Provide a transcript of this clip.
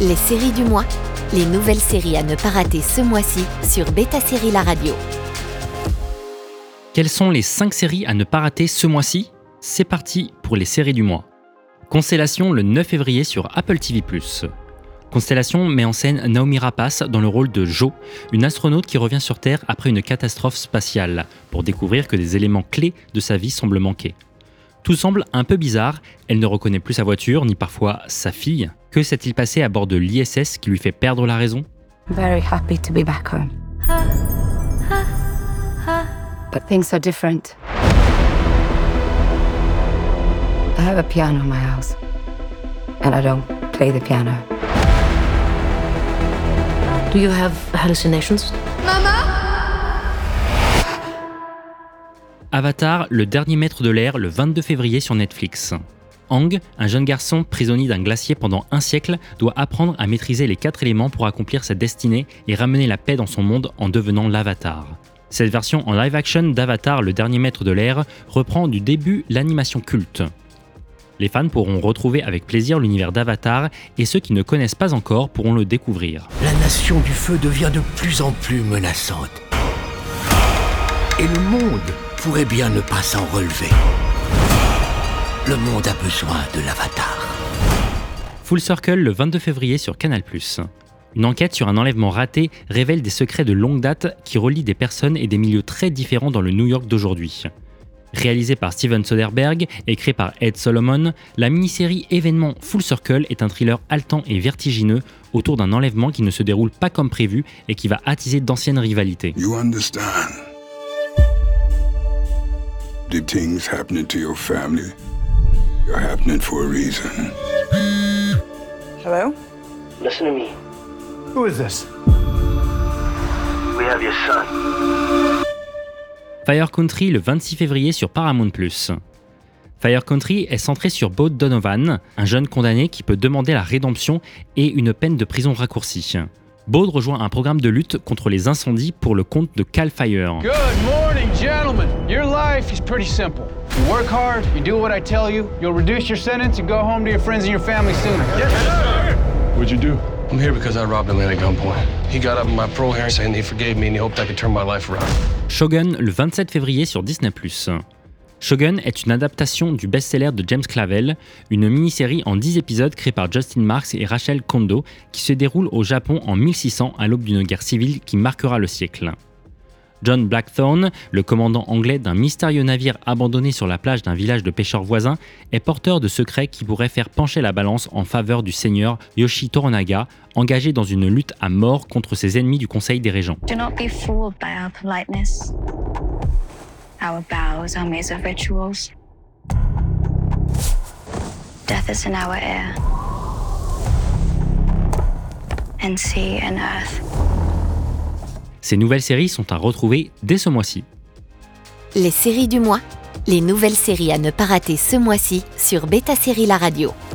Les séries du mois, les nouvelles séries à ne pas rater ce mois-ci sur Beta Série La Radio. Quelles sont les 5 séries à ne pas rater ce mois-ci ? C'est parti pour les séries du mois. Constellation le 9 février sur Apple TV+. Constellation met en scène Naomi Rapace dans le rôle de Jo, une astronaute qui revient sur Terre après une catastrophe spatiale, pour découvrir que des éléments clés de sa vie semblent manquer. Tout semble un peu bizarre, elle ne reconnaît plus sa voiture, ni parfois sa fille. Que s'est-il passé à bord de l'ISS qui lui fait perdre la raison ? Very happy to be back home. But things are different. I have a piano in my house, and I don't play the piano. Do you have hallucinations? Avatar, le dernier maître de l'air, le 22 février sur Netflix. Aang, un jeune garçon prisonnier d'un glacier pendant un siècle, doit apprendre à maîtriser les 4 éléments pour accomplir sa destinée et ramener la paix dans son monde en devenant l'Avatar. Cette version en live-action d'Avatar, le dernier maître de l'air, reprend du début l'animation culte. Les fans pourront retrouver avec plaisir l'univers d'Avatar et ceux qui ne connaissent pas encore pourront le découvrir. La nation du feu devient de plus en plus menaçante. Et le monde pourrait bien ne pas s'en relever. Le monde a besoin de l'Avatar. Full Circle le 22 février sur Canal+. Une enquête sur un enlèvement raté révèle des secrets de longue date qui relient des personnes et des milieux très différents dans le New York d'aujourd'hui. Réalisée par Steven Soderbergh et créée par Ed Solomon, la mini-série événement Full Circle est un thriller haletant et vertigineux autour d'un enlèvement qui ne se déroule pas comme prévu et qui va attiser d'anciennes rivalités. You understand? The things happening to your family, they're happening for a reason. Hello? Listen to me. Who is this? We have your son. Fire Country le 26 février sur Paramount+. Fire Country est centré sur Bo Donovan, un jeune condamné qui peut demander la rédemption et une peine de prison raccourcie. Bo rejoint un programme de lutte contre les incendies pour le compte de Cal Fire. Good morning, gentlemen. Your life is pretty simple. You work hard, you do what I tell you, you'll reduce your sentence and go home to your friends and your family sooner. Yes, sir. What'd you do? I'm here because I robbed a man at gunpoint. He got up in my parole hearing saying he forgave me and he hoped I could turn my life around. Shogun le 27 février sur Disney+. Shogun est une adaptation du best-seller de James Clavell, une mini-série en 10 épisodes créée par Justin Marks et Rachel Kondo qui se déroule au Japon en 1600 à l'aube d'une guerre civile qui marquera le siècle. John Blackthorne, le commandant anglais d'un mystérieux navire abandonné sur la plage d'un village de pêcheurs voisins, est porteur de secrets qui pourraient faire pencher la balance en faveur du seigneur Yoshi Toranaga, engagé dans une lutte à mort contre ses ennemis du Conseil des Régents. Do not be fooled by our politeness. Our vows are made of rituals. Death is in our air. And sea and earth. Ces nouvelles séries sont à retrouver dès ce mois-ci. Les séries du mois, les nouvelles séries à ne pas rater ce mois-ci sur Beta Série La Radio.